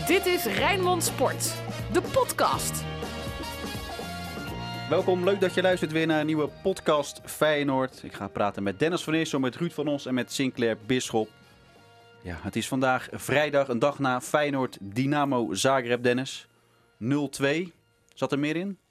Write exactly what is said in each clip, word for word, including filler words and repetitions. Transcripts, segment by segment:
Dit is Rijnmond Sport, de podcast. Welkom, leuk dat je luistert weer naar een nieuwe podcast Feyenoord. Ik ga praten met Dennis van Eersel, met Ruud van Os en met Sinclair Bisschop. Ja, het is vandaag vrijdag, een dag na Feyenoord Dynamo Zagreb, Dennis. nul twee. Zat er meer in?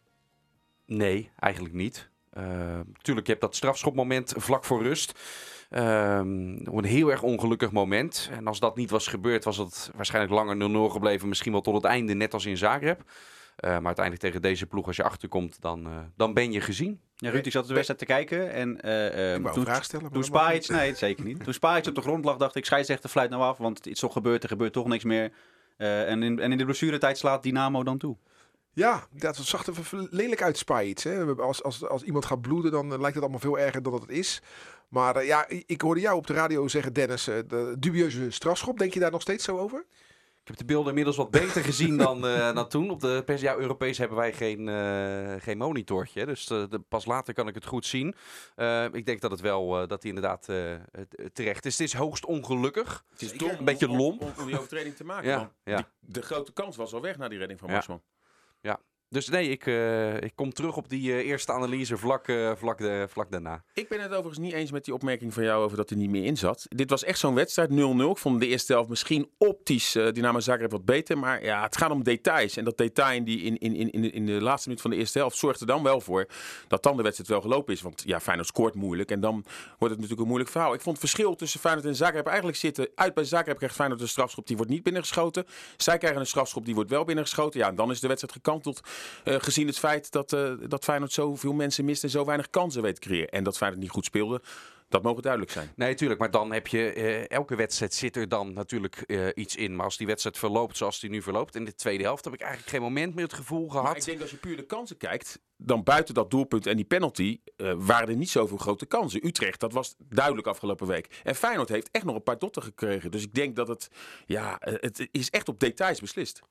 Nee, eigenlijk niet. Uh, tuurlijk, je hebt dat strafschopmoment vlak voor rust. Uh, een heel erg ongelukkig moment. En als dat niet was gebeurd, was het waarschijnlijk langer nul nul gebleven. Misschien wel tot het einde, net als in Zagreb. Uh, maar uiteindelijk tegen deze ploeg, als je achterkomt, dan, uh, dan ben je gezien. Ja, Ruud, ik zat de wedstrijd te kijken. En uh, uh, toen, vraag stellen, toen Spajic, nee, zeker niet. Toen Spajic op de grond lag, dacht ik, scheidsrechter fluit nou af. Want het is toch gebeurd, er gebeurt toch niks meer. Uh, en, in, en in de blessuretijd slaat Dynamo dan toe. Ja, dat zag er lelijk uit, Spajic. Als, als, als iemand gaat bloeden, dan lijkt het allemaal veel erger dan dat het is. Maar uh, ja, ik hoorde jou op de radio zeggen, Dennis, uh, de dubieuze strafschop. Denk je daar nog steeds zo over? Ik heb de beelden inmiddels wat beter gezien dan, uh, dan toen. Op de pers, ja, Europees hebben wij geen, uh, geen monitortje. Dus uh, de, pas later kan ik het goed zien. Uh, ik denk dat het wel, uh, dat hij inderdaad uh, terecht is. Het is hoogst ongelukkig. Het is toch een beetje lomp. Om, om, om die overtreding te maken. Ja, ja. Die, de grote kans was al weg na die redding van Marsman. Ja. ja. Dus nee, ik, uh, ik kom terug op die uh, eerste analyse vlak, uh, vlak, de, vlak daarna. Ik ben het overigens niet eens met die opmerking van jou over dat hij niet meer in zat. Dit was echt zo'n wedstrijd, nul nul. Ik vond de eerste helft misschien optisch uh, Dynamo Zagreb wat beter. Maar ja, het gaat om details. En dat detail in, die, in, in, in, in, de, in de laatste minuut van de eerste helft zorgt er dan wel voor dat dan de wedstrijd wel gelopen is. Want ja, Feyenoord scoort moeilijk en dan wordt het natuurlijk een moeilijk verhaal. Ik vond het verschil tussen Feyenoord en Zagreb eigenlijk zitten. Uit bij Zagreb krijgt Feyenoord een strafschop, die wordt niet binnengeschoten. Zij krijgen een strafschop, die wordt wel binnengeschoten. Ja, en dan is de wedstrijd gekanteld uh, gezien het feit dat, uh, dat Feyenoord zoveel mensen mist en zo weinig kansen weet te creëren. En dat Feyenoord niet goed speelde, dat mogen duidelijk zijn. Nee, tuurlijk. Maar dan heb je, uh, elke wedstrijd zit er dan natuurlijk uh, iets in. Maar als die wedstrijd verloopt zoals die nu verloopt, in de tweede helft heb ik eigenlijk geen moment meer het gevoel gehad. Maar ik denk als je puur de kansen kijkt, dan buiten dat doelpunt en die penalty uh, waren er niet zoveel grote kansen. Utrecht, dat was duidelijk afgelopen week. En Feyenoord heeft echt nog een paar dotten gekregen. Dus ik denk dat het, ja, het is echt op details beslist.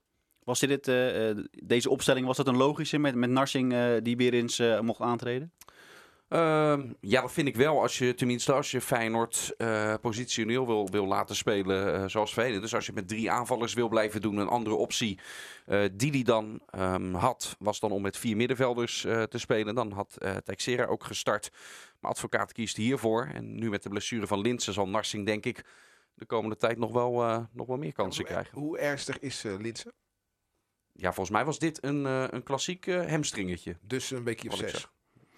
Was dit, uh, deze opstelling, was dat een logische met, met Narsing uh, die weer eens uh, mocht aantreden? Uh, ja, dat vind ik wel. Als je, tenminste, als je Feyenoord uh, positioneel wil, wil laten spelen uh, zoals velen. Dus als je met drie aanvallers wil blijven doen, een andere optie uh, die hij dan um, had, was dan om met vier middenvelders uh, te spelen. Dan had uh, Teixeira ook gestart. Maar Advocaat kiest hiervoor. En nu met de blessure van Linssen zal Narsing, denk ik, de komende tijd nog wel, uh, nog wel meer kansen hoe, krijgen. Hoe ernstig is uh, Linssen? Ja, volgens mij was dit een, uh, een klassiek uh, hamstringetje. Dus een weekje of zes.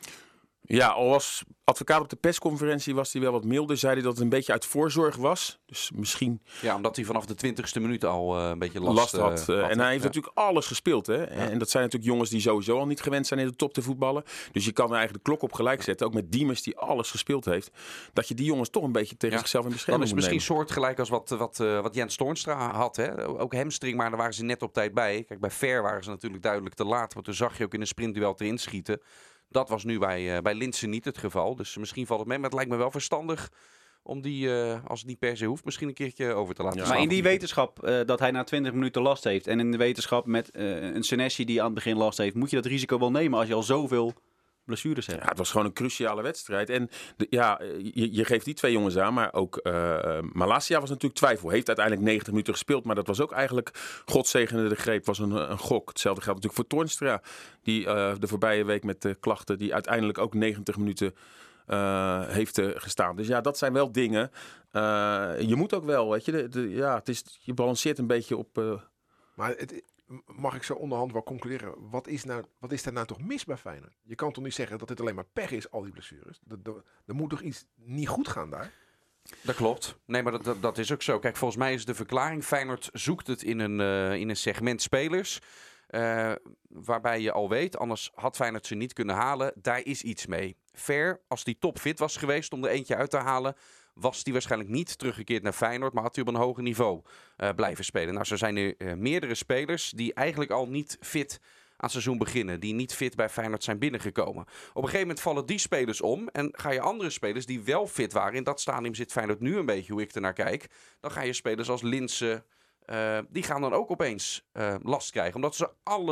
Ja, al was Advocaat op de persconferentie was hij wel wat milder. Zei hij dat het een beetje uit voorzorg was. Dus misschien... Ja, omdat hij vanaf de twintigste minuut al uh, een beetje last, last had. Uh, had. En hij heeft ja. natuurlijk alles gespeeld. Hè? Ja. En dat zijn natuurlijk jongens die sowieso al niet gewend zijn in de top te voetballen. Dus je kan er eigenlijk de klok op gelijk zetten. Ook met Diemers die alles gespeeld heeft. Dat je die jongens toch een beetje tegen ja. zichzelf in bescherming moet nemen. Dan is het misschien nemen. soortgelijk als wat, wat, uh, wat Jens Toornstra had. Hè? Ook hamstring, maar daar waren ze net op tijd bij. Kijk, bij Ver waren ze natuurlijk duidelijk te laat. Want toen zag je ook in een sprintduel erin schieten. Dat was nu bij, uh, bij Linssen niet het geval. Dus misschien valt het mee. Maar het lijkt me wel verstandig om die, uh, als het niet per se hoeft, misschien een keertje over te laten ja. staan. Maar in die wetenschap uh, dat hij na twintig minuten last heeft. En in de wetenschap met uh, een Senesi die aan het begin last heeft. Moet je dat risico wel nemen als je al zoveel blessures hebt. Ja, het was gewoon een cruciale wedstrijd. En de, ja, je, je geeft die twee jongens aan. Maar ook uh, Malacia was natuurlijk twijfel. Heeft uiteindelijk negentig minuten gespeeld. Maar dat was ook eigenlijk, God zegende de greep, was een, een gok. Hetzelfde geldt natuurlijk voor Toornstra. Die uh, de voorbije week met de klachten, die uiteindelijk ook negentig minuten uh, heeft uh, gestaan. Dus ja, dat zijn wel dingen. Uh, je moet ook wel, weet je. De, de, ja, het is, je balanceert een beetje op... Uh, maar het... Mag ik zo onderhand wel concluderen, wat is, nou, wat is er nou toch mis bij Feyenoord? Je kan toch niet zeggen dat dit alleen maar pech is, al die blessures? Er moet toch iets niet goed gaan daar? Dat klopt. Nee, maar dat, dat, dat is ook zo. Kijk, volgens mij is de verklaring, Feyenoord zoekt het in een, uh, in een segment spelers. Uh, waarbij je al weet, anders had Feyenoord ze niet kunnen halen. Daar is iets mee. Ver, als die topfit was geweest om er eentje uit te halen, was hij waarschijnlijk niet teruggekeerd naar Feyenoord, maar had hij op een hoger niveau uh, blijven spelen. Nou, zo zijn er uh, meerdere spelers die eigenlijk al niet fit aan het seizoen beginnen, die niet fit bij Feyenoord zijn binnengekomen. Op een gegeven moment vallen die spelers om en ga je andere spelers die wel fit waren, in dat stadium zit Feyenoord nu een beetje hoe ik ernaar kijk, dan ga je spelers als Linssen, uh, die gaan dan ook opeens uh, last krijgen, omdat ze alles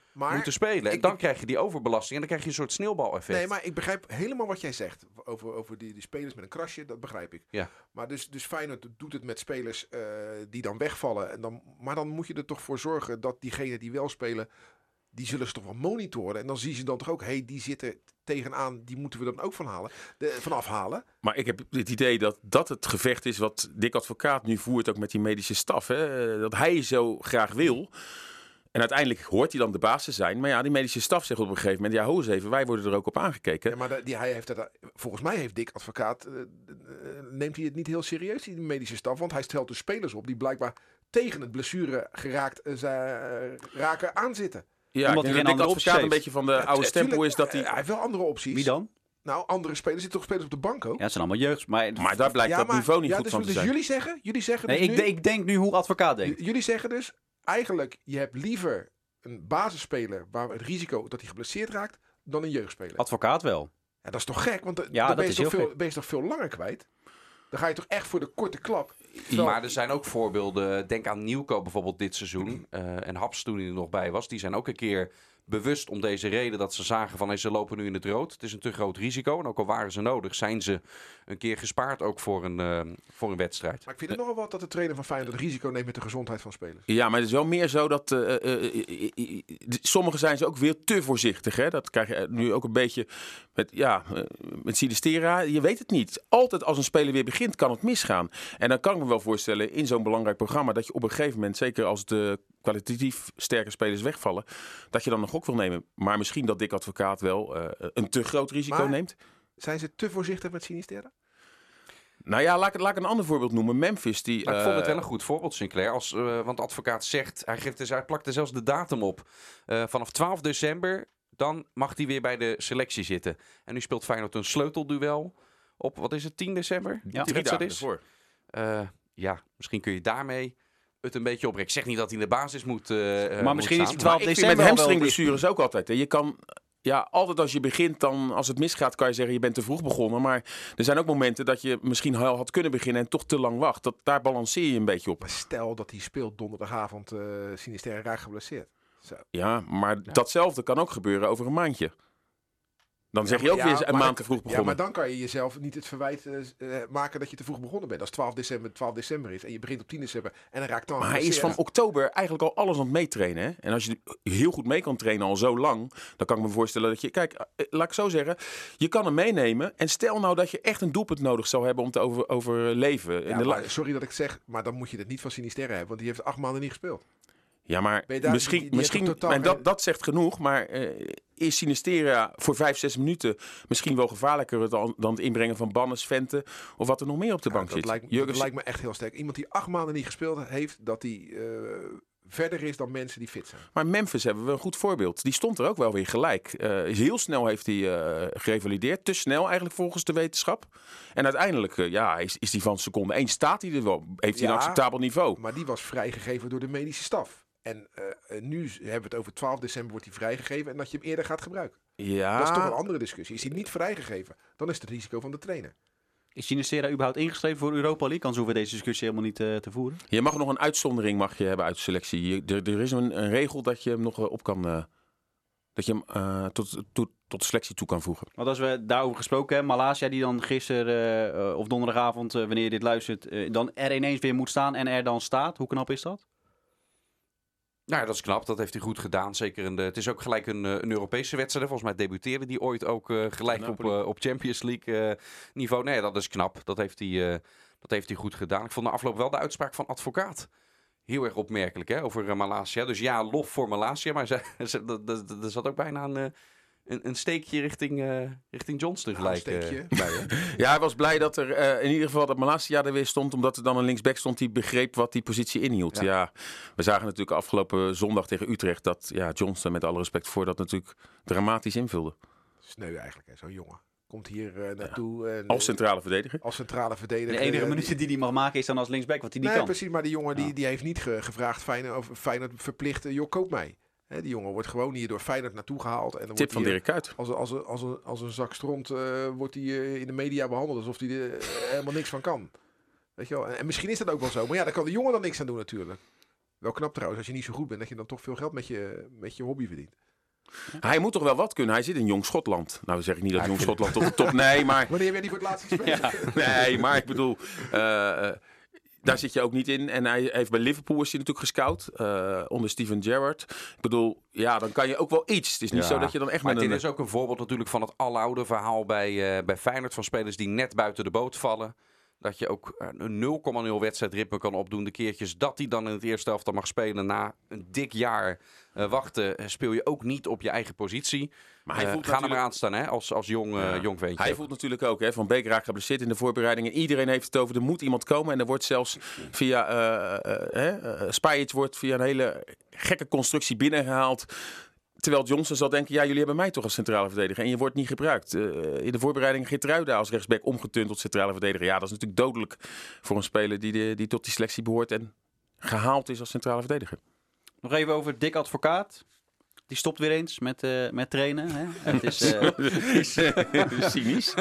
maar moeten spelen. En ik- dan ik- krijg je die overbelasting en dan krijg je een soort sneeuwbaleffect. Nee, maar ik begrijp helemaal wat jij zegt over, over die, die spelers met een krasje. Dat begrijp ik. Ja. Maar dus, dus Feyenoord doet het met spelers uh, die dan wegvallen. En dan, maar dan moet je er toch voor zorgen dat diegenen die wel spelen, die zullen ze toch wel monitoren. En dan zien ze dan toch ook, hé, hey, die zitten tegenaan, die moeten we dan ook van halen, de, vanaf halen. Maar ik heb het idee dat dat het gevecht is wat Dick Advocaat nu voert, ook met die medische staf. Hè? Dat hij zo graag wil. En uiteindelijk hoort hij dan de baas te zijn. Maar ja, die medische staf zegt op een gegeven moment, ja, ho eens even, wij worden er ook op aangekeken. Ja, maar de, die, hij heeft het, volgens mij heeft Dick Advocaat, uh, uh, neemt hij het niet heel serieus, die medische staf. Want hij stelt dus spelers op die blijkbaar tegen het blessure geraakt uh, raken aanzitten. Ja, Omdat ik hij denk geen dat Dick andere optie Advocaat een heeft. beetje van de Ja, oude tu- stempel tuurlijk, is dat hij... uh, hij heeft wel andere opties. Wie dan? Nou, andere spelers. Er zitten toch spelers op de bank ook? Ja, het zijn allemaal jeugd. Maar, Maar daar blijkt dat maar- niveau niet ja, goed dus, dus van te dus zijn. jullie zeggen, jullie zeggen nee, dus ik, nu, de- ik denk nu hoe advocaat denkt. j- jullie zeggen dus eigenlijk, je hebt liever een basisspeler waar het risico dat hij geblesseerd raakt, dan een jeugdspeler. Advocaat wel. Ja, dat is toch gek? Want dan Ja, dan dat ben, je is toch heel veel, gek. ben je toch veel langer kwijt? Dan ga je toch echt voor de korte klap. Maar er zijn ook voorbeelden. Denk aan Nieuwkoop bijvoorbeeld dit seizoen. Uh, en Haps toen hij er nog bij was. Die zijn ook een keer bewust om deze reden dat ze zagen van hey, ze lopen nu in het rood. Het is een te groot risico. En ook al waren ze nodig, zijn ze een keer gespaard ook voor een, uh, voor een wedstrijd. Maar ik vind het nogal wat dat de trainer van Feyenoord het risico neemt met de gezondheid van spelers. Ja, maar het is wel meer zo dat... Uh, uh, uh, uh, sommigen zijn ze ook weer te voorzichtig. Hè? Dat krijg je nu ook een beetje met, ja, uh, met Sinistera. Je weet het niet. Altijd als een speler weer begint, kan het misgaan. En dan kan ik me wel voorstellen, in zo'n belangrijk programma, dat je op een gegeven moment, zeker als de kwalitatief sterke spelers wegvallen, dat je dan een gok wil nemen. Maar misschien dat Dick Advocaat wel uh, een te groot risico maar, neemt. Zijn ze te voorzichtig met Sinistera? Nou ja, laat ik, laat ik een ander voorbeeld noemen. Memphis. Die, Maar ik uh, vond het wel een goed voorbeeld, Sinclair. Als, uh, want de advocaat zegt, hij, geeft dus, hij plakt er zelfs de datum op. Uh, vanaf twaalf december, dan mag hij weer bij de selectie zitten. En nu speelt Feyenoord een sleutelduel op, wat is het, tien december? Ja, die drie dagen is. ervoor. Uh, ja, misschien kun je daarmee het een beetje opbrengen. Ik zeg niet dat hij in de basis moet uh, Maar moet misschien is staan. die twaalf Maar ik vind december met al wel hamstringblessures ook altijd. Hè. Je kan, ja, altijd als je begint, dan als het misgaat, kan je zeggen je bent te vroeg begonnen. Maar er zijn ook momenten dat je misschien al had kunnen beginnen en toch te lang wacht. Dat, daar balanceer je een beetje op. Maar stel dat hij speelt donderdagavond uh, Sinistera raakt geblesseerd. Zo. Ja, maar Ja. datzelfde kan ook gebeuren over een maandje. Dan zeg Ja, je ook maar- ja, weer een maar maand dan- te vroeg Ja, begonnen. maar dan kan je jezelf niet het verwijt uh, uh, maken dat je te vroeg begonnen bent. Als twaalf december twaalf december is en je begint op tien december en dan raakt dan Maar hij is van geblesseerd. oktober eigenlijk al alles aan het meetrainen. Hè? En als je heel goed mee kan trainen al zo lang, dan kan ik me voorstellen dat je... Kijk, eh, laat ik zo zeggen, je kan hem meenemen. En stel nou dat je echt een doelpunt nodig zou hebben om te over, overleven. Ja, In de la- maar sorry dat ik het zeg, maar dan moet je het niet van Sinistera hebben, want die heeft acht maanden niet gespeeld. Ja, maar Ben je daar- misschien, die- die heeft misschien toch totaal en dat, geen- dat zegt genoeg, maar eh, is Sinistera voor vijf, zes minuten misschien wel gevaarlijker dan, dan het inbrengen van Bannes, Vente of wat er nog meer op de Ja, bank dat zit. lijkt, dat Jurgen- lijkt me echt heel sterk. Iemand die acht maanden niet gespeeld heeft, dat die uh, verder is dan mensen die fit zijn. Maar Memphis hebben we een goed voorbeeld. Die stond er ook wel weer gelijk. Uh, heel snel heeft hij uh, gerevalideerd. Te snel eigenlijk volgens de wetenschap. En uiteindelijk uh, ja, is, is die van seconde één staat hij er wel. Heeft hij Ja, een acceptabel niveau. Maar die was vrijgegeven door de medische staf. En uh, nu hebben we het over twaalf december wordt hij vrijgegeven en dat je hem eerder gaat gebruiken. Ja. Dat is toch een andere discussie. Is hij niet vrijgegeven, dan is het het risico van de trainer. Is Sinistera überhaupt ingeschreven voor Europa League? Anders hoeven we deze discussie helemaal niet uh, te voeren. Je mag nog een uitzondering mag je hebben uit de selectie. Je, er, er is een, een regel dat je hem nog op kan... Uh, dat je hem uh, tot, tot, tot de selectie toe kan voegen. Want als we daarover gesproken hebben, Malasia die dan gisteren uh, of donderdagavond, uh, wanneer je dit luistert, uh, dan er ineens weer moet staan en er dan staat. Hoe knap is dat? Nou, dat is knap. Dat heeft hij goed gedaan. Zeker in de, het is ook gelijk een, een Europese wedstrijd. Volgens mij debuteerde die ooit ook uh, gelijk op, uh, op Champions League uh, niveau. Nee, dat is knap. Dat heeft, hij, uh, dat heeft hij goed gedaan. Ik vond de afloop wel de uitspraak van advocaat heel erg opmerkelijk, hè, over uh, Malasia. Dus ja, lof voor Malasia. Maar er zat ook bijna een, uh, een, een steekje richting, uh, richting Johnston gelijk. Ja, een steekje. Uh, bij, hè? Ja, hij was blij dat er uh, in ieder geval dat Malasia er weer stond. Omdat er dan een linksback stond die begreep wat die positie inhield. Ja, ja we zagen natuurlijk afgelopen zondag tegen Utrecht dat ja, Johnston met alle respect voor dat natuurlijk dramatisch invulde. Sneu eigenlijk, hè, zo'n jongen. Komt hier uh, naartoe. Ja. En, als centrale verdediger. Als centrale verdediger. De enige uh, minuten die hij mag maken is dan als linksback, wat hij niet nee, kan. precies, maar die jongen die, Ja. die heeft niet ge- gevraagd Feyenoord, of Feyenoord verplicht, uh, joh, koop mij. Hè, die jongen wordt gewoon hier door Feyenoord naartoe gehaald. En dan Tip wordt van hij, Dirk Kuyt. Als, als, als, als, een, als een zak stront uh, wordt hij uh, in de media behandeld alsof hij er uh, helemaal niks van kan. Weet je wel? En, en misschien is dat ook wel zo. Maar ja, daar kan de jongen dan niks aan doen natuurlijk. Wel knap trouwens, als je niet zo goed bent, dat je dan toch veel geld met je, met je hobby verdient. Hij moet toch wel wat kunnen. Hij zit in Jong Schotland. Nou zeg ik niet dat Jong Schotland tot de top... Nee, maar... Wanneer heb jij die voor het laatst gespeeld? Ja, nee, maar ik bedoel... Uh, daar zit je ook niet in. En hij heeft bij Liverpool is hij natuurlijk gescout. Uh, onder Steven Gerrard. Ik bedoel, ja, dan kan je ook wel iets. Het is niet ja. zo dat je dan echt maar met dit een... is ook een voorbeeld natuurlijk van het aloude verhaal bij, uh, bij Feyenoord. Van spelers die net buiten de boot vallen. Dat je ook een nul komma nul wedstrijdritme kan opdoen. De keertjes dat hij dan in het eerste helft mag spelen na een dik jaar uh, wachten, speel je ook niet op je eigen positie. Maar hij uh, voelt ga natuurlijk... er maar aan staan, hè, als, als jong, uh, ja. jong ventje. Hij voelt natuurlijk ook, hè, Van Beek raakt geblesseerd in de voorbereidingen. Iedereen heeft het over, er moet iemand komen. En er wordt zelfs via, uh, uh, uh, uh, Spajic wordt via een hele gekke constructie binnengehaald. Terwijl Johnson zal denken, ja, jullie hebben mij toch als centrale verdediger. En je wordt niet gebruikt. Uh, in de voorbereiding Geertruida als rechtsback omgeturnd tot centrale verdediger. Ja, dat is natuurlijk dodelijk voor een speler die, de, die tot die selectie behoort en gehaald is als centrale verdediger. Nog even over Dick Advocaat. Die stopt weer eens met, uh, met trainen. Hè? Het is uh... cynisch.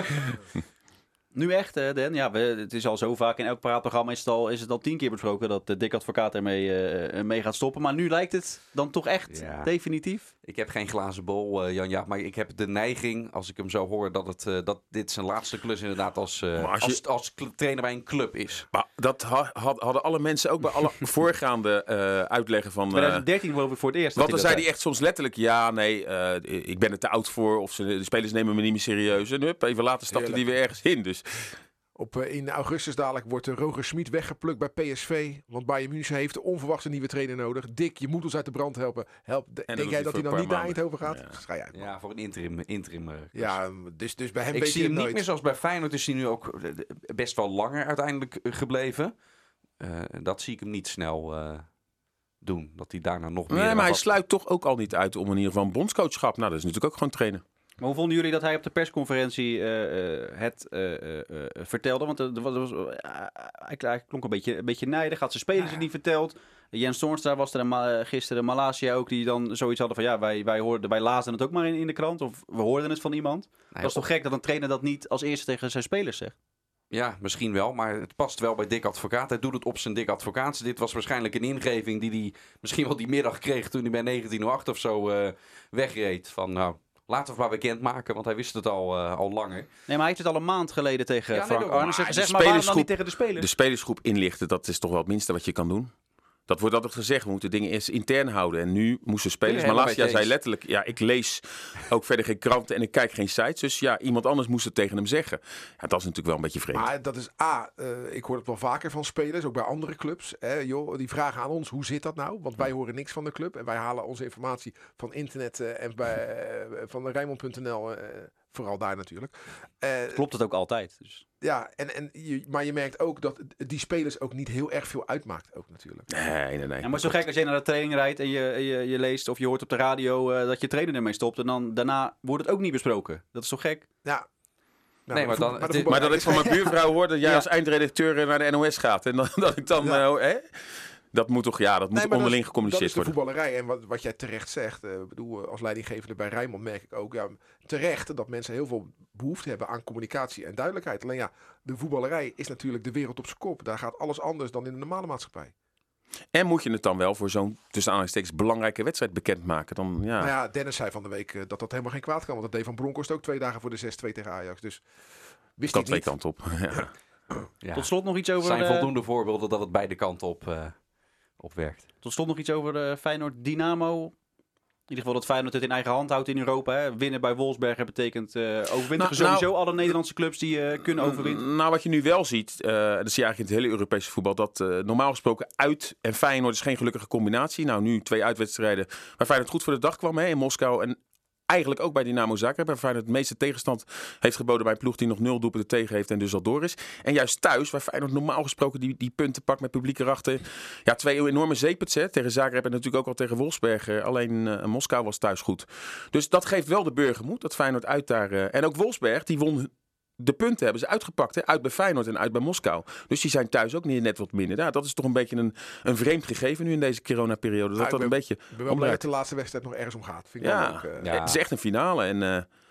Nu echt, hè, Dan? Ja, we, het is al zo vaak in elk praatprogramma is het al, is het al tien keer besproken dat de Dick Advocaat ermee uh, mee gaat stoppen. Maar nu lijkt het dan toch echt ja. definitief. Ik heb geen glazen bol, uh, Jan Jaap, maar ik heb de neiging, als ik hem zo hoor, dat, het, uh, dat dit zijn laatste klus inderdaad als, uh, als, je... als, als trainer bij een club is. Maar dat ha- had, hadden alle mensen ook bij alle voorgaande uh, uitleggen van... Uh, twintig dertien geloof ik voor het eerst. Want dan zei hij echt soms letterlijk, ja, nee, uh, ik ben er te oud voor. Of ze, de spelers nemen me niet meer serieus. En hup, even later stapte hij weer ergens in. Dus... Op, uh, in augustus dadelijk wordt uh, Roger Schmid weggeplukt bij P S V. Want Bayern München heeft onverwachts een nieuwe trainer nodig. Dick, je moet ons uit de brand helpen. Help. De, denk jij dat hij dan niet naar Eindhoven gaat? Ja, Schij uit, ja voor een interim. interim uh, ja, dus, dus bij hem ik weet zie je hem niet nooit. meer zoals bij Feyenoord. Is hij nu ook best wel langer uiteindelijk gebleven. Uh, dat zie ik hem niet snel uh, doen. Dat hij daarna nog meer... Nee, maar hij had... sluit toch ook al niet uit om in ieder geval een bondscoachschap. Nou, dat is natuurlijk ook gewoon trainen. Maar hoe vonden jullie dat hij op de persconferentie uh, uh, het uh, uh, uh, vertelde? Want er was, er was, uh, hij klonk een beetje, een beetje nijdig. Had zijn spelers het niet verteld. Jens Toornstra was er uh, gisteren, Malaysia ook, die dan zoiets hadden van... ja, wij, wij, hoorden, wij lazen het ook maar in, in de krant. Of we hoorden het van iemand. Nee, dat is toch gek dat een trainer dat niet als eerste tegen zijn spelers zegt? Ja, misschien wel, maar het past wel bij Dick Advocaat. Hij doet het op zijn Dick Advocaat. Dit was waarschijnlijk een ingeving die hij misschien wel die middag kreeg... toen hij bij negentien nul acht of zo uh, wegreed. Van nou... Laten we het maar bekendmaken, want hij wist het al, uh, al langer. Nee, maar hij heeft het al een maand geleden tegen ja, Frank nee, Arnissen gezegd. Maar waarom dan niet tegen de spelers? De spelersgroep inlichten, dat is toch wel het minste wat je kan doen. Dat wordt altijd gezegd, we moeten dingen eerst intern houden. En nu moesten spelers... Maar Malaysia zei letterlijk, ja, ik lees ook verder geen kranten en ik kijk geen sites. Dus ja, iemand anders moest het tegen hem zeggen. Ja, dat is natuurlijk wel een beetje vreemd. Maar dat is A, uh, ik hoor het wel vaker van spelers, ook bij andere clubs. Hè, joh, die vragen aan ons, hoe zit dat nou? Want wij horen niks van de club. En wij halen onze informatie van internet uh, en bij, uh, van Rijnmond punt n l... Uh, vooral daar natuurlijk. Uh, Klopt het ook altijd. Dus. Ja, en, en je, maar je merkt ook dat die spelers ook niet heel erg veel uitmaakt ook natuurlijk. Nee, nee, nee. Ja, maar zo gek als je naar de training rijdt en je, je, je leest of je hoort op de radio uh, dat je trainer ermee stopt. En dan daarna wordt het ook niet besproken. Dat is toch gek? Ja. Nou, nee, maar, dan, maar, maar dat ik van mijn buurvrouw hoor dat jij ja. als eindredacteur naar de N O S gaat. En dan, dat ik dan... Ja. Uh, hè? Dat moet toch, ja, dat moet nee, onderling dat is, gecommuniceerd worden. Dat is de voetballerij. En wat, wat jij terecht zegt, uh, bedoel, als leidinggevende bij Rijnmond merk ik ook ja, terecht dat mensen heel veel behoefte hebben aan communicatie en duidelijkheid. Alleen ja, de voetballerij is natuurlijk de wereld op zijn kop. Daar gaat alles anders dan in de normale maatschappij. En moet je het dan wel voor zo'n, tussen aanhalingstekens, belangrijke wedstrijd bekendmaken? Dan, ja. Nou ja, Dennis zei van de week uh, dat dat helemaal geen kwaad kan. Want dat deed Van Bronckhorst ook twee dagen voor de zes twee tegen Ajax. Dus wist kan ik twee niet. kanten op. Ja. Ja. Tot slot nog iets over... Er zijn uh, voldoende voorbeelden dat het beide kanten op... Uh, opwerkt. Tot slot nog iets over uh, Feyenoord Dynamo. In ieder geval dat Feyenoord het in eigen hand houdt in Europa. Hè. Winnen bij Wolfsberger betekent uh, overwinteren nou, sowieso nou, alle Nederlandse clubs die uh, kunnen overwinnen. Nou, wat je nu wel ziet, uh, dat zie je eigenlijk in het hele Europese voetbal, dat uh, normaal gesproken uit en Feyenoord is geen gelukkige combinatie. Nou, nu twee uitwedstrijden waar Feyenoord goed voor de dag kwam, hè, in Moskou en eigenlijk ook bij Dynamo Zagreb. Waar Feyenoord het meeste tegenstand heeft geboden bij een ploeg die nog nul doelpunten tegen heeft en dus al door is. En juist thuis, waar Feyenoord normaal gesproken die, die punten pakt met publieke rachten. Ja, twee enorme zeepets hè, tegen Zagreb en natuurlijk ook al tegen Wolfsberger. Alleen uh, Moskou was thuis goed. Dus dat geeft wel de burger moed, dat Feyenoord uit daar... Uh, en ook Wolfsberg, die won... De punten hebben ze uitgepakt, hè? Uit bij Feyenoord en uit bij Moskou. Dus die zijn thuis ook niet net wat minder. Ja, dat is toch een beetje een, een vreemd gegeven nu in deze coronaperiode. Dat ja, dat ben, een beetje. Ik ben wel blij dat de laatste wedstrijd nog ergens om gaat. Vind ik ja, ook, uh... ja, het is echt een finale. En uh,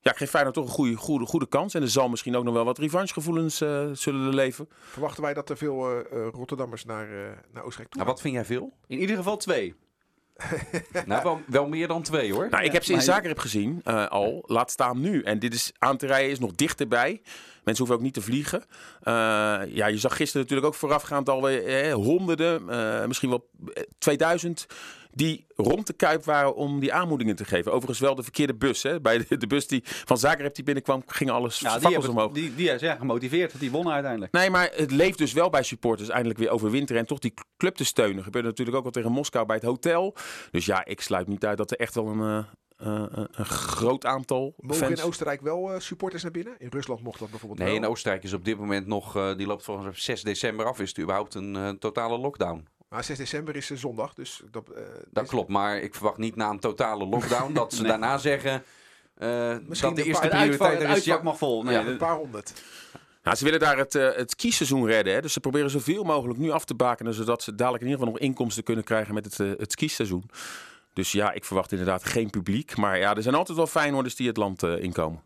ja, geeft Feyenoord toch een goede, goede, goede kans. En er zal misschien ook nog wel wat revanchegevoelens uh, zullen leven. Verwachten wij dat er veel uh, Rotterdammers naar, uh, naar Oostenrijk toe nou, wat vind jij veel? In ieder geval twee. nou, wel, wel meer dan twee hoor. Nou, ik heb ze in Zagreb gezien uh, al. Laat staan nu. En dit is aan te rijden is nog dichterbij. Mensen hoeven ook niet te vliegen. Uh, ja, je zag gisteren natuurlijk ook voorafgaand alweer eh, honderden, uh, misschien wel tweeduizend... die rond de Kuip waren om die aanmoedingen te geven. Overigens wel de verkeerde bus. Hè? Bij de, de bus die van Zagreb die binnenkwam, ging alles ja, die fakkels hebben, omhoog. Die, die is ja, gemotiveerd, die wonnen uiteindelijk. Nee, maar het leeft dus wel bij supporters eindelijk weer overwinteren en toch die club te steunen. Gebeurde natuurlijk ook al tegen Moskou bij het hotel. Dus ja, ik sluit niet uit dat er echt wel een, uh, uh, een groot aantal Mogen fans... in Oostenrijk wel uh, supporters naar binnen? In Rusland mocht dat bijvoorbeeld Nee, wel. in Oostenrijk is op dit moment nog, uh, die loopt volgens mij zes december af. Is het überhaupt een uh, totale lockdown? Maar zes december is uh, zondag, dus... Dat, uh, Dat is... klopt, maar ik verwacht niet na een totale lockdown dat ze nee. daarna zeggen... Uh, Misschien dat de een eerste paar- Het uitvak, prioriteit het er is... uitvak Ja, mag vol. Nee, Ja, de- Een paar honderd. Nou, ze willen daar het, uh, het kiesseizoen redden. Hè? Dus ze proberen zoveel mogelijk nu af te bakenen, zodat ze dadelijk in ieder geval nog inkomsten kunnen krijgen met het, uh, het skieseizoen. Dus ja, ik verwacht inderdaad geen publiek. Maar ja, er zijn altijd wel Feyenoorders die het land uh, inkomen.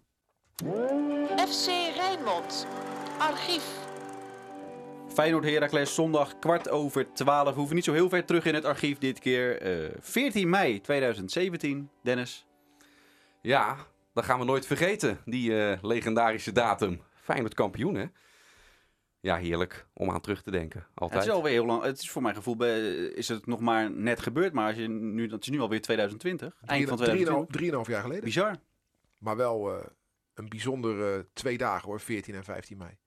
F C Rijnmond. Archief. Feyenoord Heracles zondag kwart over twaalf. We hoeven niet zo heel ver terug in het archief dit keer. Uh, veertien mei tweeduizend zeventien, Dennis. ja, dat gaan we nooit vergeten, die uh, legendarische datum. Feyenoord kampioen, hè? Ja, heerlijk om aan terug te denken. Altijd. Het is alweer heel lang. Het is voor mijn gevoel uh, is het nog maar net gebeurd. Maar als je nu, dat is nu alweer tweeduizend twintig. Eind van tweeduizend twintig. Drieënhalf jaar geleden. Bizar. Maar wel uh, een bijzondere uh, twee dagen hoor, veertien en vijftien mei.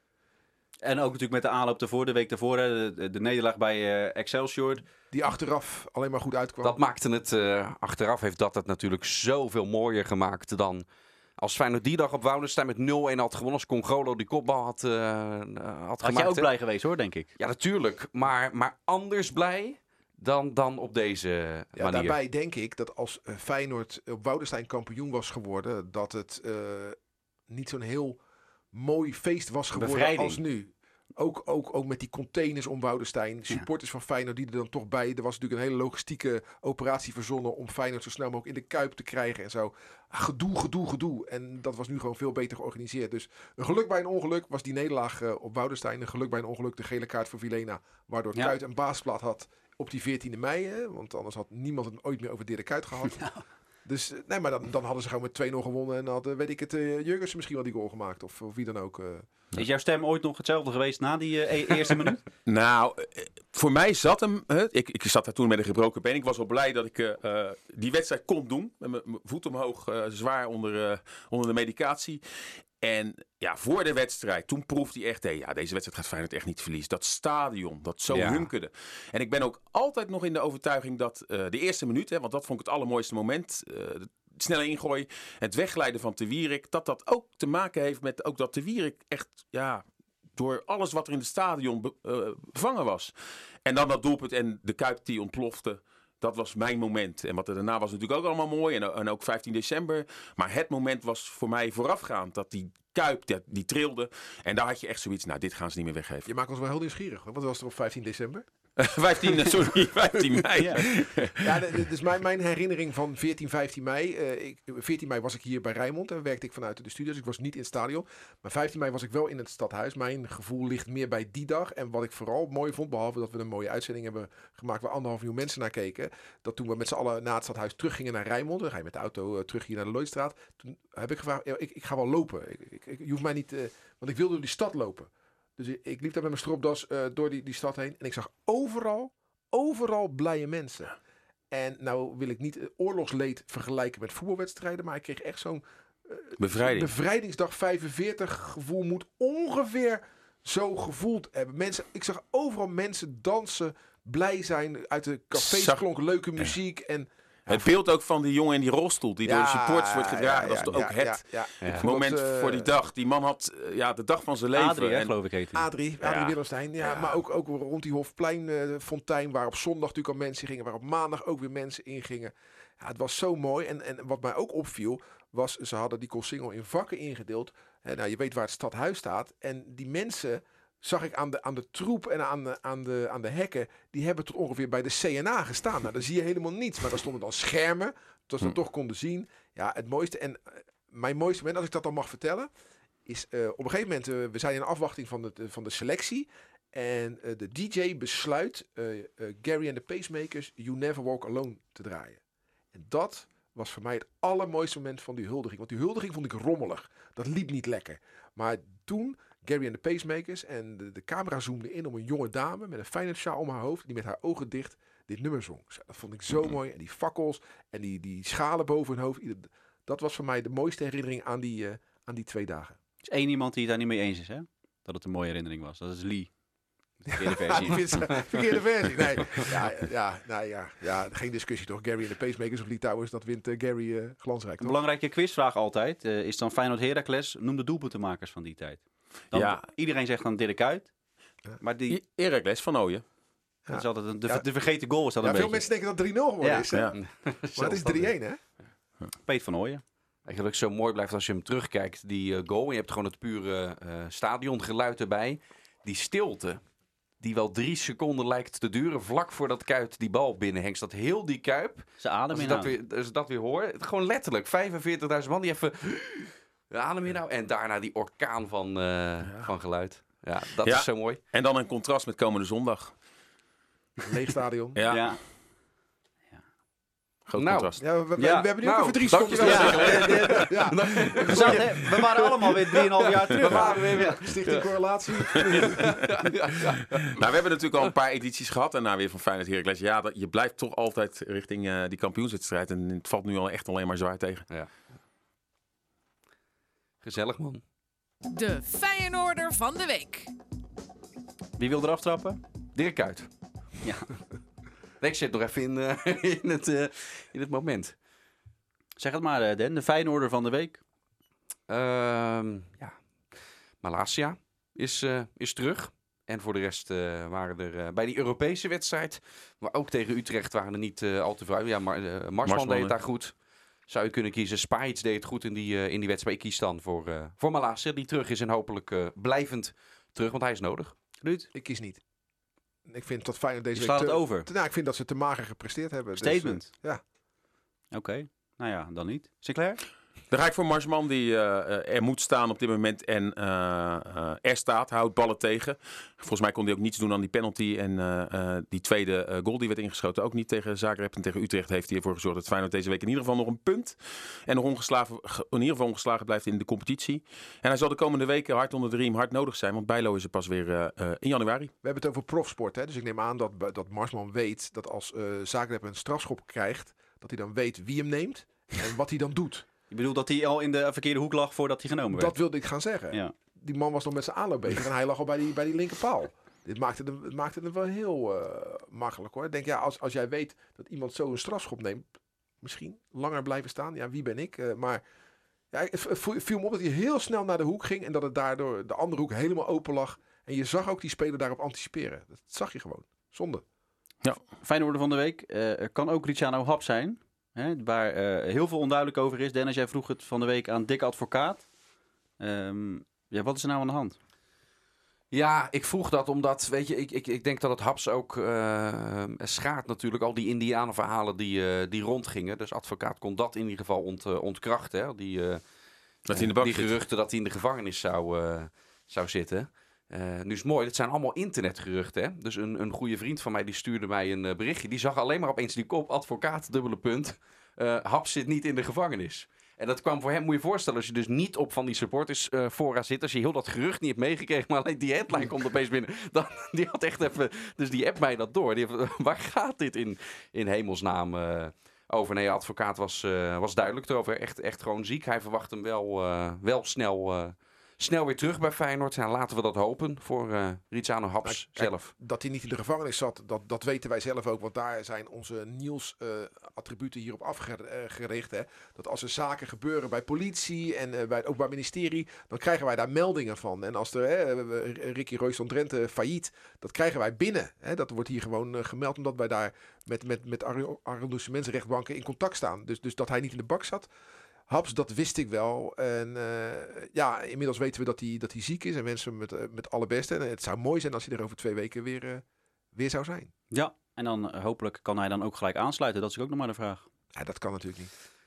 En ook natuurlijk met de aanloop daarvoor, de week daarvoor, de, de, de nederlaag bij uh, Excelsior. Die achteraf alleen maar goed uitkwam. Dat maakte het, uh, achteraf heeft dat het natuurlijk zoveel mooier gemaakt dan... Als Feyenoord die dag op Woudenstein met nul-een had gewonnen, als Congolo die kopbal had, uh, had, had Had gemaakt. jij ook hè? blij geweest hoor, denk ik. Ja, natuurlijk. Maar, maar anders blij dan, dan op deze Ja, manier. daarbij denk ik dat als uh, Feyenoord op Woudenstein kampioen was geworden, dat het uh, niet zo'n heel mooi feest was geworden Bevrijding. als nu. Ook, ook, ook met die containers om Woudenstein. Supporters ja. van Feyenoord die er dan toch bij. Er was natuurlijk een hele logistieke operatie verzonnen om Feyenoord zo snel mogelijk in de Kuip te krijgen en zo. Gedoe, gedoe, gedoe. En dat was nu gewoon veel beter georganiseerd. Dus een geluk bij een ongeluk was die nederlaag uh, op Woudenstein. Een geluk bij een ongeluk de gele kaart voor Vilena. Waardoor Ja. Kuyt een baasplaat had op die veertiende mei. Hè? Want anders had niemand het ooit meer over Dirk Kuyt gehad. Nou. Dus nee, maar dan, dan hadden ze gewoon met twee nul gewonnen. En dan had, uh, weet ik het, uh, Jurgensen misschien wel die goal gemaakt. Of, of wie dan ook. Uh. Is jouw stem ooit nog hetzelfde geweest na die uh, e- eerste minuut? Nou, uh, voor mij zat hem... Uh, ik, ik zat daar toen met een gebroken been. Ik was wel blij dat ik uh, uh, die wedstrijd kon doen. Met mijn voet omhoog, uh, zwaar onder, uh, onder de medicatie. En ja, voor de wedstrijd, toen proefde hij echt... Hey, ja, deze wedstrijd gaat Feyenoord echt niet verliezen. Dat stadion, dat zo Ja. hunkerde. En ik ben ook altijd nog in de overtuiging dat uh, de eerste minuut... Hè, want dat vond ik het allermooiste moment... Uh, snelle ingooi, het wegglijden van Te Wierik... dat dat ook te maken heeft met ook dat Te Wierik echt... ja, door alles wat er in het stadion be, uh, bevangen was. En dan dat doelpunt en de Kuip die ontplofte... Dat was mijn moment. En wat er daarna was natuurlijk ook allemaal mooi. En, en ook vijftien december. Maar het moment was voor mij voorafgaand. Dat die Kuip, die, die trilde. En daar had je echt zoiets. Nou, dit gaan ze niet meer weggeven. Je maakt ons wel heel nieuwsgierig. Wat was er op vijftien december? vijftien, sorry, vijftien mei. Ja. Ja, dit is mijn, mijn herinnering van veertien, vijftien mei. Uh, ik, veertien mei was ik hier bij Rijnmond en werkte ik vanuit de studios. Ik was niet in het stadion. Maar vijftien mei was ik wel in het stadhuis. Mijn gevoel ligt meer bij die dag. En wat ik vooral mooi vond, behalve dat we een mooie uitzending hebben gemaakt waar anderhalf miljoen mensen naar keken. Dat toen we met z'n allen na het stadhuis teruggingen naar Rijnmond. Dan ga je met de auto uh, terug hier naar de Lloydstraat. Toen heb ik gevraagd, ja, ik, ik ga wel lopen. Ik, ik, ik, je hoeft mij niet, uh, want ik wilde door die stad lopen. Dus ik, ik liep daar met mijn stropdas uh, door die, die stad heen. En ik zag overal, overal blije mensen. En nou wil ik niet uh, oorlogsleed vergelijken met voetbalwedstrijden. Maar ik kreeg echt zo'n uh, Bevrijding. bevrijdingsdag vijfenveertig gevoel. Moet ongeveer zo gevoeld hebben. Mensen, ik zag overal mensen dansen, blij zijn. Uit de cafés Zag- klonk leuke muziek. En Het beeld ook van die jongen in die rolstoel die door de supporters wordt gedragen. ja, dat is toch ook ja, het ja, ja. Ja. Ik vond moment dat, uh, voor die dag. Die man had uh, ja, de dag van zijn leven. Adrie, hè, En- geloof ik heet hij. Adrie, Adrie Ja. Willemstein. Ja, Ja. maar ook, ook rond die Hofplein uh, fontein, waar op zondag natuurlijk al mensen gingen, waar op maandag ook weer mensen ingingen. Ja, het was zo mooi. En, en wat mij ook opviel, was ze hadden die Koolsingel in vakken ingedeeld. En, nou, je weet waar het stadhuis staat. En die mensen zag ik aan de, aan de troep en aan de, aan, de, aan de hekken, die hebben tot ongeveer bij de C N A gestaan. Nou, daar zie je helemaal niets. Maar daar stonden dan schermen, dat ze dat toch konden zien. Ja, het mooiste. En uh, mijn mooiste moment, als ik dat dan mag vertellen, is uh, op een gegeven moment, uh, we zijn in afwachting van de, van de selectie. En uh, de D J besluit uh, uh, Gary and the Pacemakers You Never Walk Alone te draaien. En dat was voor mij het allermooiste moment van die huldiging. Want die huldiging vond ik rommelig. Dat liep niet lekker. Maar toen, Gary and the Pacemakers en de, de camera zoomde in op een jonge dame met een Feyenoord-sjaal om haar hoofd, die met haar ogen dicht dit nummer zong. Dat vond ik zo mm-hmm. mooi. En die fakkels en die, die schalen boven hun hoofd. Dat was voor mij de mooiste herinnering aan die, uh, aan die twee dagen. Er is één iemand die het daar niet mee eens is, hè? Dat het een mooie herinnering was. Dat is Lee. Verkeerde versie. Ja, verkeerde versie. Nee, ja, ja, nou ja, ja, geen discussie toch. Gary en de Pacemakers of Lee Towers, dat wint uh, Gary uh, glansrijk. Een toch? belangrijke quizvraag altijd uh, is dan Feyenoord Heracles. Noem de doelpuntenmakers van die tijd. Dan, ja. Iedereen zegt dan Dirk Kuyt. Maar die... Heracles van Ooyen. Ja. Dat is altijd een, de, ja. de vergeten goal is dat ja, een veel beetje. mensen denken dat drie nul geworden ja. is. Hè? Ja. Maar het is drie-een, hè? Peet van Ooyen. Eigenlijk zo mooi blijft als je hem terugkijkt, die uh, goal. En je hebt gewoon het pure uh, stadiongeluid erbij. Die stilte, die wel drie seconden lijkt te duren, vlak voordat Kuyt die bal binnenhengst. Dat heel die Kuip, Ze adem als in je dat weer, als je dat weer hoort, gewoon letterlijk vijfenveertigduizend man die even adem in nou. En daarna die orkaan van, uh, ja. van geluid. Ja, dat ja. is zo mooi. En dan een contrast met komende zondag. Leeg stadion. Ja. ja. Groot nou, contrast. Ja, we, we, Ja. we hebben nu Nou, ook even drie dank je seconden. wel. Ja. Ja. We, zaten, hè, we waren allemaal weer drieënhalf jaar terug. We waren weer weer. Stichting Correlatie. Nou, we hebben natuurlijk al een paar edities gehad daarna weer van Feyenoord Heracles. Ja, dat, je blijft toch altijd richting uh, die kampioenswedstrijd. En het valt nu al echt alleen maar zwaar tegen. Ja. Gezellig, man. De Feyenoorder van de week. Wie wil eraf trappen? Dirk Kuyt. Ja. Nee, ik zit nog even in, uh, in, het, uh, in het moment. Zeg het maar, uh, Den. De Feyenoorder van de week. Um, ja. Malasia is, uh, is terug. En voor de rest uh, waren er uh, bij die Europese wedstrijd, maar ook tegen Utrecht waren er niet uh, al te vrij. Ja, maar uh, Marsman, Marsman deed het daar goed. Zou je kunnen kiezen. Spajic deed het goed in die, uh, in die wedstrijd. Ik kies dan voor, uh, voor Malasia, die terug is en hopelijk uh, blijvend terug, want hij is nodig. Ruud? Ik kies niet. Ik vind dat Feyenoord deze Je week... slaat het te, over. te, nou, ik vind dat ze te mager gepresteerd hebben. Statement. Dus, uh, ja. Oké. Okay. Nou ja, dan niet. Sinclair? Dan ga ik voor Marsman, die uh, er moet staan op dit moment en uh, uh, er staat. Houdt ballen tegen. Volgens mij kon hij ook niets doen aan die penalty. En uh, uh, die tweede uh, goal die werd ingeschoten ook niet tegen Zagreb. En tegen Utrecht heeft hij ervoor gezorgd dat Feyenoord deze week in ieder geval nog een punt. En nog ongeslagen, in ieder geval ongeslagen blijft in de competitie. En hij zal de komende weken hard onder de riem hard nodig zijn. Want Bijlo is er pas weer uh, uh, in januari. We hebben het over profsport. Hè? Dus ik neem aan dat, dat Marsman weet dat als uh, Zagreb een strafschop krijgt, dat hij dan weet wie hem neemt en wat hij dan doet. Je bedoelt dat hij al in de verkeerde hoek lag voordat hij genomen werd? Dat wilde ik gaan zeggen. Ja. Die man was nog met zijn aanloop bezig en hij lag al bij die, bij die linkerpaal. Dit maakte het, het maakte het wel heel uh, makkelijk hoor. Ik denk, ja, als, als jij weet dat iemand zo een strafschop neemt, misschien langer blijven staan. Ja, wie ben ik? Uh, maar ja, het, het viel me op dat hij heel snel naar de hoek ging en dat het daardoor de andere hoek helemaal open lag. En je zag ook die speler daarop anticiperen. Dat zag je gewoon. Zonde. Ja. Feyenoorder van de week. Uh, er kan ook Luciano Hap zijn. Hè, waar uh, heel veel onduidelijk over is. Dennis, jij vroeg het van de week aan Dick Advocaat. Um, ja, wat is er nou aan de hand? Ja, ik vroeg dat omdat, weet je, ik, ik, ik denk dat het Haps ook uh, schaadt natuurlijk. Al die Indianenverhalen die, uh, die rondgingen. Dus Advocaat kon dat in ieder geval ont, uh, ontkrachten. Hè? Die, uh, dat in de bak die zit. geruchten dat hij in de gevangenis zou, uh, zou zitten. Uh, nu is het mooi, dat zijn allemaal internetgeruchten. Hè? Dus een, een goede vriend van mij die stuurde mij een uh, berichtje. Die zag alleen maar opeens die kop, Advocaat, dubbele punt. Uh, Haps zit niet in de gevangenis. En dat kwam voor hem, moet je je voorstellen, als je dus niet op van die supporters uh, fora zit, als je heel dat gerucht niet hebt meegekregen, maar alleen die headline komt opeens binnen, dan die had echt even, dus die app mij dat door. Die heeft, waar gaat dit in, in hemelsnaam uh, over? Nee, Advocaat was, uh, was duidelijk erover. Echt, echt gewoon ziek. Hij verwacht hem wel, uh, wel snel, uh, snel weer terug bij Feyenoord. Ja, laten we dat hopen voor uh, Luciano Haps kijk, zelf. Dat hij niet in de gevangenis zat, dat, dat weten wij zelf ook. Want daar zijn onze Niels-attributen uh, hierop afgericht. Hè? Dat als er zaken gebeuren bij politie en uh, bij het Openbaar Ministerie, dan krijgen wij daar meldingen van. En als er uh, Ricky Royston Drenthe failliet, dat krijgen wij binnen. Hè? Dat wordt hier gewoon uh, gemeld, omdat wij daar met, met, met arrondissementsrechtbanken in contact staan. Dus, dus dat hij niet in de bak zat. Haps, dat wist ik wel. En uh, ja, inmiddels weten we dat hij, dat hij ziek is. En wensen we met, uh, met alle beste. En het zou mooi zijn als hij er over twee weken weer, uh, weer zou zijn. Ja, en dan uh, hopelijk kan hij dan ook gelijk aansluiten. Dat is ook nog maar de vraag. Ja, dat kan natuurlijk niet.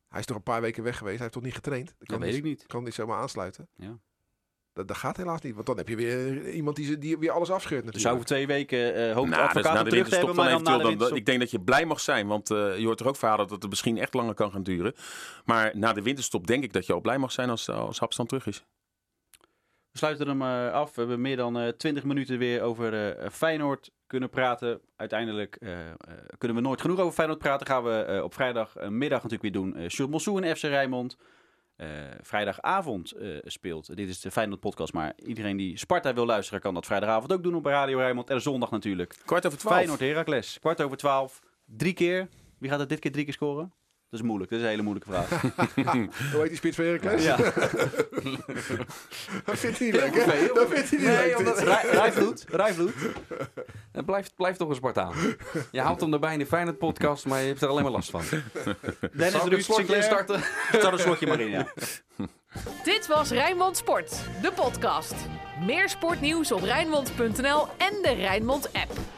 Hij is nog een paar weken weg geweest. Hij heeft toch niet getraind? Dat, Dat kan weet niet, ik niet. kan niet zomaar aansluiten. Ja. Dat, dat gaat helaas niet. Want dan heb je weer iemand die, ze- die weer alles afscheurt Dus natuurlijk. zou over twee weken uh, hoop de Nou, dus advocaat na om de terug te hebben. winterstop dan Maar dan na eventueel, de dan, winterstop... ik denk dat je blij mag zijn. Want uh, je hoort er ook verhalen dat het misschien echt langer kan gaan duren. Maar na de winterstop denk ik dat je al blij mag zijn als, als Haps dan terug is. We sluiten hem uh, af. We hebben meer dan uh, twintig minuten weer over uh, Feyenoord kunnen praten. Uiteindelijk uh, uh, kunnen we nooit genoeg over Feyenoord praten. Gaan we uh, op vrijdagmiddag natuurlijk weer doen. Uh, Sjoerd Mossou en F C Rijnmond. Uh, vrijdagavond uh, speelt. Dit is de Feyenoord podcast. Maar iedereen die Sparta wil luisteren kan dat vrijdagavond ook doen op Radio Rijnmond. En zondag natuurlijk. Kwart over twaalf. Feyenoord Heracles. Kwart over twaalf. Drie keer. Wie gaat het dit keer drie keer scoren? Dat is moeilijk. Dat is een hele moeilijke vraag. Hoe heet die spits van Heracles? Ja. Dat vindt hij niet leuk, hè? Dat vindt hij niet Nee, leuk. omdat- dit. Rij- Rijvloed. Rijvloed. Het blijft, blijft toch een Spartaan. Je haalt hem erbij in de Feyenoord podcast, maar je hebt er alleen maar last van. Dennis Zal ik Ruud, het slotje Sinclair. instarten? Start een slotje maar in, ja. Dit was Rijnmond Sport, de podcast. Meer sportnieuws op Rijnmond punt n l en de Rijnmond app.